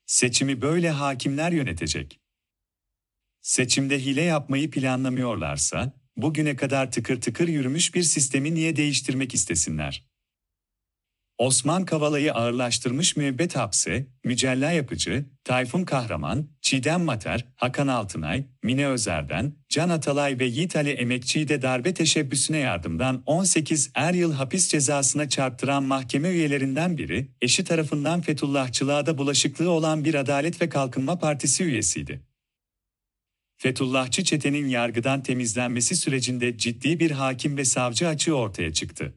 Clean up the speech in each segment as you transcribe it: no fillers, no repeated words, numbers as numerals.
Seçimi böyle hakimler yönetecek. Seçimde hile yapmayı planlamıyorlarsa, bugüne kadar tıkır tıkır yürümüş bir sistemi niye değiştirmek istesinler? Osman Kavala'yı ağırlaştırmış müebbet hapse, Mücella Yapıcı, Tayfun Kahraman, Çiğdem Mater, Hakan Altınay, Mine Özer'den, Can Atalay ve Yiğit Ali Emekçi'yi de darbe teşebbüsüne yardımdan 18 yıl hapis cezasına çarptıran mahkeme üyelerinden biri, eşi tarafından Fethullahçılığa da bulaşıklığı olan bir Adalet ve Kalkınma Partisi üyesiydi. Fethullahçı çetenin yargıdan temizlenmesi sürecinde ciddi bir hakim ve savcı açığı ortaya çıktı.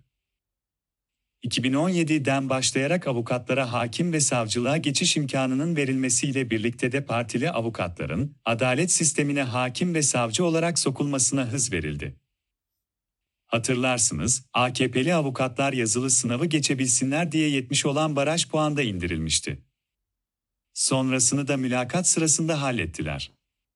2017'den başlayarak avukatlara hakim ve savcılığa geçiş imkanının verilmesiyle birlikte de partili avukatların adalet sistemine hakim ve savcı olarak sokulmasına hız verildi. Hatırlarsınız, AKP'li avukatlar yazılı sınavı geçebilsinler diye 70 olan baraj puan da indirilmişti. Sonrasını da mülakat sırasında hallettiler.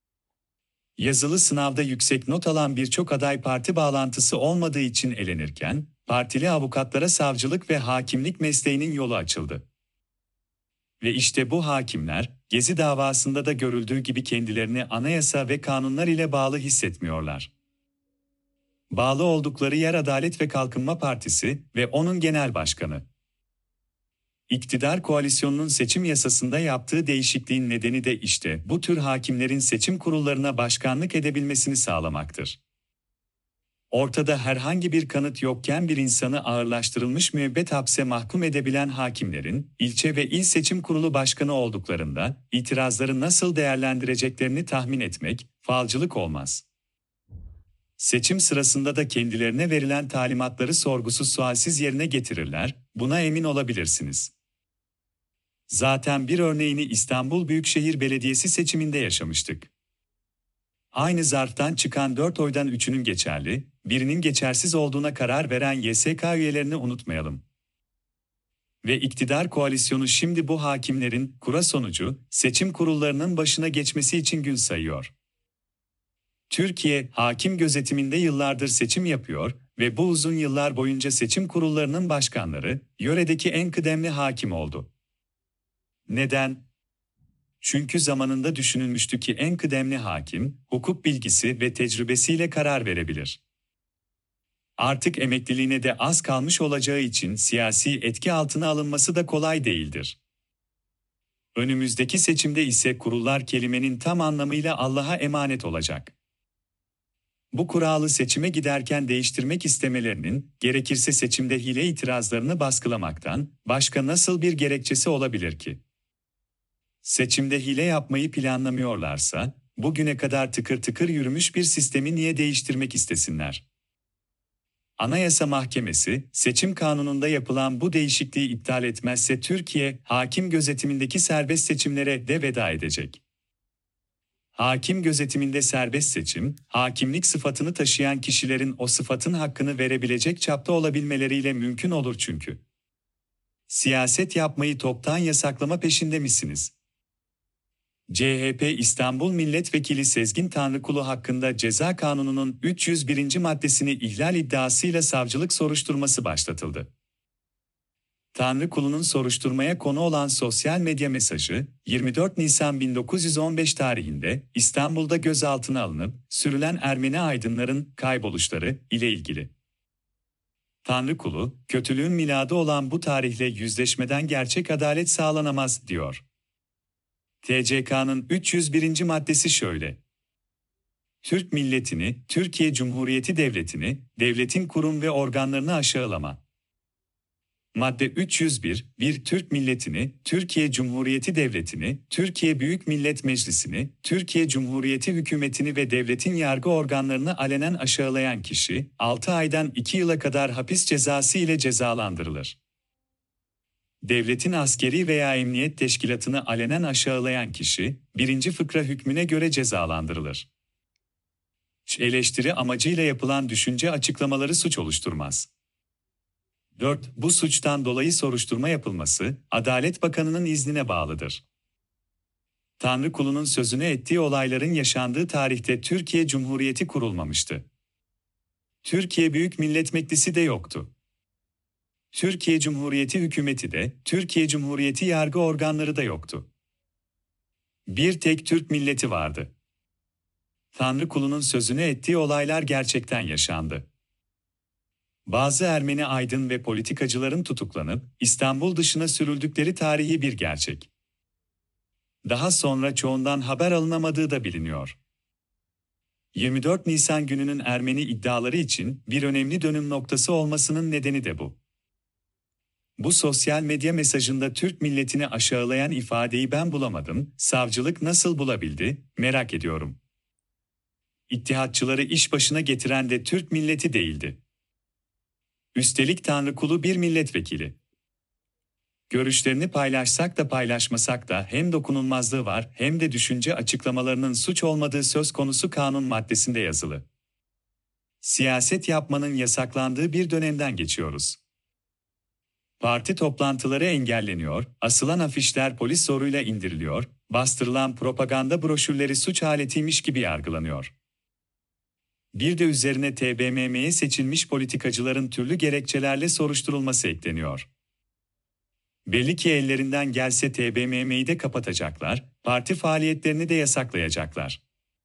Yazılı sınavda yüksek not alan birçok aday parti bağlantısı olmadığı için elenirken, partili avukatlara savcılık ve hakimlik mesleğinin yolu açıldı. Ve işte bu hakimler, Gezi davasında da görüldüğü gibi kendilerini anayasa ve kanunlar ile bağlı hissetmiyorlar. Bağlı oldukları yer Adalet ve Kalkınma Partisi ve onun genel başkanı. İktidar koalisyonunun seçim yasasında yaptığı değişikliğin nedeni de işte bu tür hakimlerin seçim kurullarına başkanlık edebilmesini sağlamaktır. Ortada herhangi bir kanıt yokken bir insanı ağırlaştırılmış müebbet hapse mahkum edebilen hakimlerin, ilçe ve il seçim kurulu başkanı olduklarında, itirazları nasıl değerlendireceklerini tahmin etmek, falcılık olmaz. Seçim sırasında da kendilerine verilen talimatları sorgusuz sualsiz yerine getirirler, buna emin olabilirsiniz. Zaten bir örneğini İstanbul Büyükşehir Belediyesi seçiminde yaşamıştık. Aynı zarftan çıkan 4 oydan 3'ünün geçerli, birinin geçersiz olduğuna karar veren YSK üyelerini unutmayalım. Ve iktidar koalisyonu şimdi bu hakimlerin kura sonucu seçim kurullarının başına geçmesi için gün sayıyor. Türkiye, hakim gözetiminde yıllardır seçim yapıyor ve bu uzun yıllar boyunca seçim kurullarının başkanları, yöredeki en kıdemli hakim oldu. Neden? Çünkü zamanında düşünülmüştü ki en kıdemli hakim, hukuk bilgisi ve tecrübesiyle karar verebilir. Artık emekliliğine de az kalmış olacağı için siyasi etki altına alınması da kolay değildir. Önümüzdeki seçimde ise kurullar kelimenin tam anlamıyla Allah'a emanet olacak. Bu kuralı seçime giderken değiştirmek istemelerinin, gerekirse seçimde hile itirazlarını baskılamaktan başka nasıl bir gerekçesi olabilir ki? Seçimde hile yapmayı planlamıyorlarsa, bugüne kadar tıkır tıkır yürümüş bir sistemi niye değiştirmek istesinler? Anayasa Mahkemesi, seçim kanununda yapılan bu değişikliği iptal etmezse Türkiye, hakim gözetimindeki serbest seçimlere de veda edecek. Hakim gözetiminde serbest seçim, hakimlik sıfatını taşıyan kişilerin o sıfatın hakkını verebilecek çapta olabilmeleriyle mümkün olur çünkü. Siyaset yapmayı toptan yasaklama peşinde misiniz? CHP İstanbul Milletvekili Sezgin Tanrıkulu hakkında Ceza Kanunu'nun 301. maddesini ihlal iddiasıyla savcılık soruşturması başlatıldı. Tanrıkulu'nun soruşturmaya konu olan sosyal medya mesajı, 24 Nisan 1915 tarihinde İstanbul'da gözaltına alınıp sürülen Ermeni aydınların kayboluşları ile ilgili. Tanrıkulu, kötülüğün miladı olan bu tarihle yüzleşmeden gerçek adalet sağlanamaz, diyor. TCK'nın 301. maddesi şöyle: Türk milletini, Türkiye Cumhuriyeti Devleti'ni, devletin kurum ve organlarını aşağılama. Madde 301, Türk milletini, Türkiye Cumhuriyeti Devleti'ni, Türkiye Büyük Millet Meclisi'ni, Türkiye Cumhuriyeti hükümetini ve devletin yargı organlarını alenen aşağılayan kişi, 6 aydan 2 yıla kadar hapis cezası ile cezalandırılır. Devletin askeri veya emniyet teşkilatını alenen aşağılayan kişi, 1. fıkra hükmüne göre cezalandırılır. Eleştiri amacıyla yapılan düşünce açıklamaları suç oluşturmaz. 4. Bu suçtan dolayı soruşturma yapılması, Adalet Bakanı'nın iznine bağlıdır. Tanrıkulu'nun sözünü ettiği olayların yaşandığı tarihte Türkiye Cumhuriyeti kurulmamıştı. Türkiye Büyük Millet Meclisi de yoktu. Türkiye Cumhuriyeti hükümeti de, Türkiye Cumhuriyeti yargı organları da yoktu. Bir tek Türk milleti vardı. Tanrı kulunun sözünü ettiği olaylar gerçekten yaşandı. Bazı Ermeni aydın ve politikacıların tutuklanıp İstanbul dışına sürüldükleri tarihi bir gerçek. Daha sonra çoğundan haber alınamadığı da biliniyor. 24 Nisan gününün Ermeni iddiaları için bir önemli dönüm noktası olmasının nedeni de bu. Bu sosyal medya mesajında Türk milletini aşağılayan ifadeyi ben bulamadım, savcılık nasıl bulabildi, merak ediyorum. İttihatçıları iş başına getiren de Türk milleti değildi. Üstelik Tanrı kulu bir milletvekili. Görüşlerini paylaşsak da paylaşmasak da hem dokunulmazlığı var hem de düşünce açıklamalarının suç olmadığı söz konusu kanun maddesinde yazılı. Siyaset yapmanın yasaklandığı bir dönemden geçiyoruz. Parti toplantıları engelleniyor, asılan afişler polis zoruyla indiriliyor, bastırılan propaganda broşürleri suç aletiymiş gibi yargılanıyor. Bir de üzerine TBMM'ye seçilmiş politikacıların türlü gerekçelerle soruşturulması ekleniyor. Belli ki ellerinden gelse TBMM'yi de kapatacaklar, parti faaliyetlerini de yasaklayacaklar.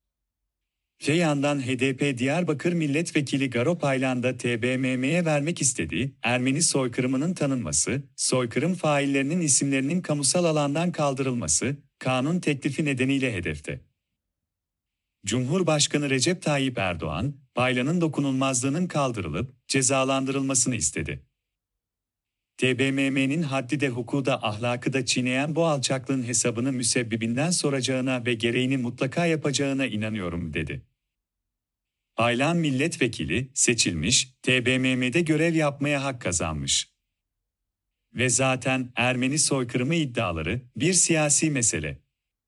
Öte yandan HDP Diyarbakır Milletvekili Garo Paylan da TBMM'ye vermek istediği Ermeni soykırımının tanınması, soykırım faillerinin isimlerinin kamusal alandan kaldırılması, kanun teklifi nedeniyle hedefte. Cumhurbaşkanı Recep Tayyip Erdoğan, Paylan'ın dokunulmazlığının kaldırılıp cezalandırılmasını istedi. TBMM'nin haddi de hukuku da ahlakı da çiğneyen bu alçaklığın hesabını müsebbibinden soracağına ve gereğini mutlaka yapacağına inanıyorum dedi. Paylan milletvekili, seçilmiş, TBMM'de görev yapmaya hak kazanmış. Ve zaten Ermeni soykırımı iddiaları bir siyasi mesele.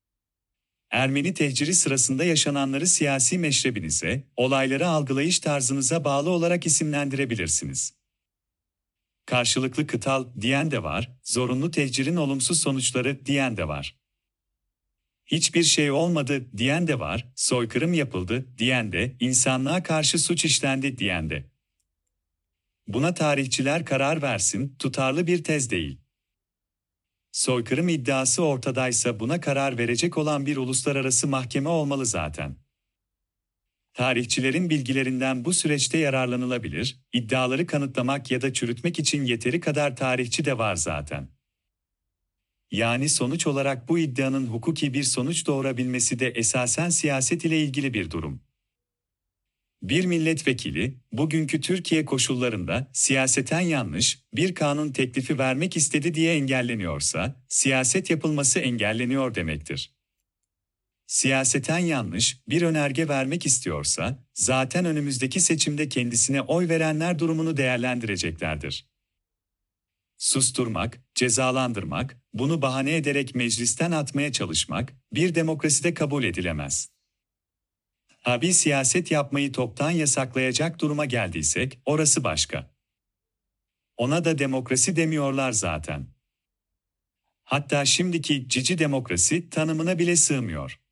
Ermeni tehciri sırasında yaşananları siyasi meşrebinize, olayları algılayış tarzınıza bağlı olarak isimlendirebilirsiniz. Karşılıklı kıtal diyen de var, zorunlu tehcirin olumsuz sonuçları diyen de var. Hiçbir şey olmadı diyen de var, soykırım yapıldı diyen de, insanlığa karşı suç işlendi diyen de. Buna tarihçiler karar versin, tutarlı bir tez değil. Soykırım iddiası ortadaysa buna karar verecek olan bir uluslararası mahkeme olmalı zaten. Tarihçilerin bilgilerinden bu süreçte yararlanılabilir, iddiaları kanıtlamak ya da çürütmek için yeteri kadar tarihçi de var zaten. Yani sonuç olarak bu iddianın hukuki bir sonuç doğurabilmesi de esasen siyaset ile ilgili bir durum. Bir milletvekili, bugünkü Türkiye koşullarında siyaseten yanlış bir kanun teklifi vermek istedi diye engelleniyorsa, siyaset yapılması engelleniyor demektir. Siyaseten yanlış bir önerge vermek istiyorsa, zaten önümüzdeki seçimde kendisine oy verenler durumunu değerlendireceklerdir. Susturmak, cezalandırmak, bunu bahane ederek meclisten atmaya çalışmak, bir demokraside kabul edilemez. Tabii siyaset yapmayı toptan yasaklayacak duruma geldiysek, orası başka. Ona da demokrasi demiyorlar zaten. Hatta şimdiki cici demokrasi tanımına bile sığmıyor.